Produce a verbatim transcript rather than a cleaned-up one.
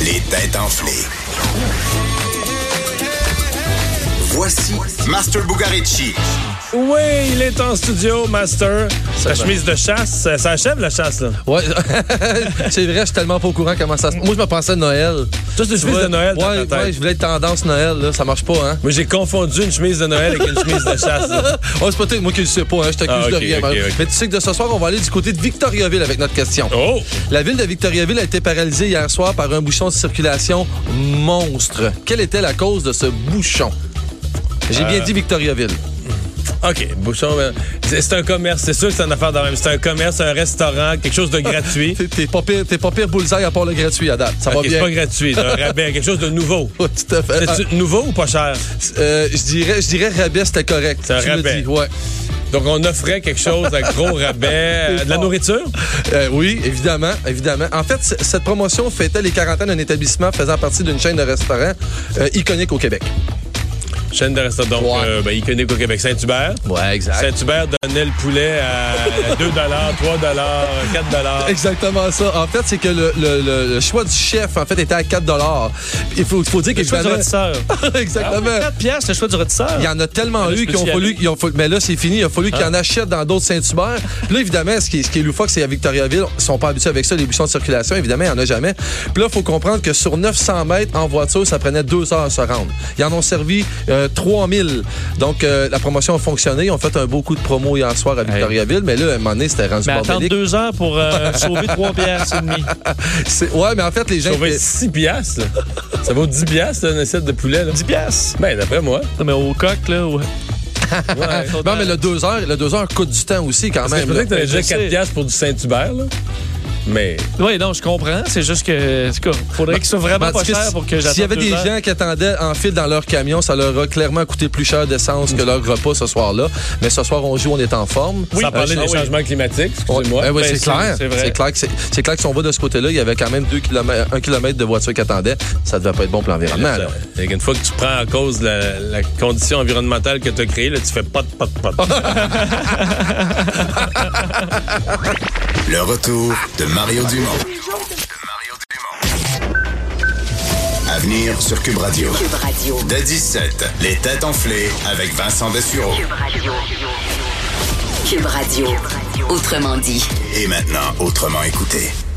Les têtes enflées. Voici Master Bugarici. Oui, il est en studio, Master. Sa chemise de chasse, ça, ça achève la chasse, là. Ouais, c'est vrai, je suis tellement pas au courant comment ça se... Moi, je me pensais de Noël. Toi, c'est une chemise de Noël dans Ouais, ta tête. ouais, je voulais être tendance Noël, là. Ça marche pas, hein? Moi, j'ai confondu une chemise de Noël avec une chemise de chasse. Oh, c'est peut-être moi qui le sais pas, hein. Je t'accuse Ah, okay, de rien. okay, okay. Mais tu sais que de ce soir, on va aller du côté de Victoriaville avec notre question. Oh! La ville de Victoriaville a été paralysée hier soir par un bouchon de circulation monstre. Quelle était la cause de ce bouchon? J'ai bien Euh... dit Victoriaville. OK, bouchon, c'est, c'est un commerce, c'est sûr que c'est une affaire de même. C'est un commerce, un restaurant, quelque chose de gratuit. t'es, t'es, pas pire, t'es pas pire bullseye à part le gratuit à date. Ça okay, va bien. C'est pas gratuit, c'est un rabais, quelque chose de nouveau. Oh, tout à fait. C'est nouveau ou pas cher? Euh, je dirais, je dirais rabais, c'était correct. C'est un tu rabais. Dit, ouais. Donc, on offrait quelque chose à gros rabais. Euh, de la nourriture? Euh, oui, évidemment, évidemment. En fait, c- cette promotion fêtait les quarante ans d'un établissement faisant partie d'une chaîne de restaurants euh, iconique au Québec. Chaîne de restaurant, donc, ouais. euh, ben, iconique au Québec. Saint-Hubert. Ouais, exact. Saint-Hubert donnait le poulet à deux dollars, trois dollars, quatre dollars. Exactement ça. En fait, c'est que le, le, le, le choix du chef, en fait, était à quatre dollars. Il faut, faut dire Le choix du rôtisseur. Exactement. Ah, quatre piastres, le choix du rôtisseur. Il y en a tellement Ah, eu qui ont fallu, ils ont fallu. Mais là, c'est fini. Il a fallu qu'il y en achète dans d'autres Saint-Hubert. Puis là, évidemment, ce qui est, ce qui est loufoque, c'est à Victoriaville. Ils sont pas habitués avec ça, les bouchons de circulation. Évidemment, il n'y en a jamais. Puis là, il faut comprendre que sur neuf cents mètres en voiture, ça prenait deux heures à se rendre. Ils en ont servi euh, trois mille. Donc, euh, la promotion a fonctionné. Ils ont fait un beau coup de promo hier soir à Victoriaville. Hey. Mais là, à un moment donné, c'était rendu mais bordélique. Mais attendre deux heures pour euh, sauver trois piastres et demi. C'est, ouais, mais en fait, les gens... Sauver six piastres. Ça vaut dix piastres, une assiette de poulet. Là. dix piastres. Ben, d'après moi. Non, mais au coq, là... Ouais. Ouais. Non, mais le deux heures, le deux heures coûte du temps aussi, quand Parce même. Que je pensais que t'avais déjà quatre piastres pour du Saint-Hubert, là. Mais... Oui, non, je comprends. C'est juste que, il faudrait qu'il soit vraiment pas cher pour que j'attende. S'il y avait des heures. gens qui attendaient en file dans leur camion, ça leur a clairement coûté plus cher d'essence que leur repas ce soir-là. Mais ce soir, on joue, on est en forme. Oui, ça parlait euh, des oui. changements climatiques, excusez-moi. Ouais, ouais, ben, c'est, clair. C'est, vrai. c'est clair. Que c'est, c'est clair que si on va de ce côté-là, il y avait quand même deux kilomètres, un kilomètre de voitures qui attendaient. Ça devait pas être bon pour l'environnement. Là, là. Une fois que tu prends en cause la, la condition environnementale que tu as créée, là, tu fais pot, pot, pot. Le retour de Mario Dumont. À venir sur Cube Radio. Cube Radio. Dès dix-sept, les têtes enflées avec Vincent Dessureau. Cube Radio. Cube Radio. Autrement dit. Et maintenant, autrement écouté.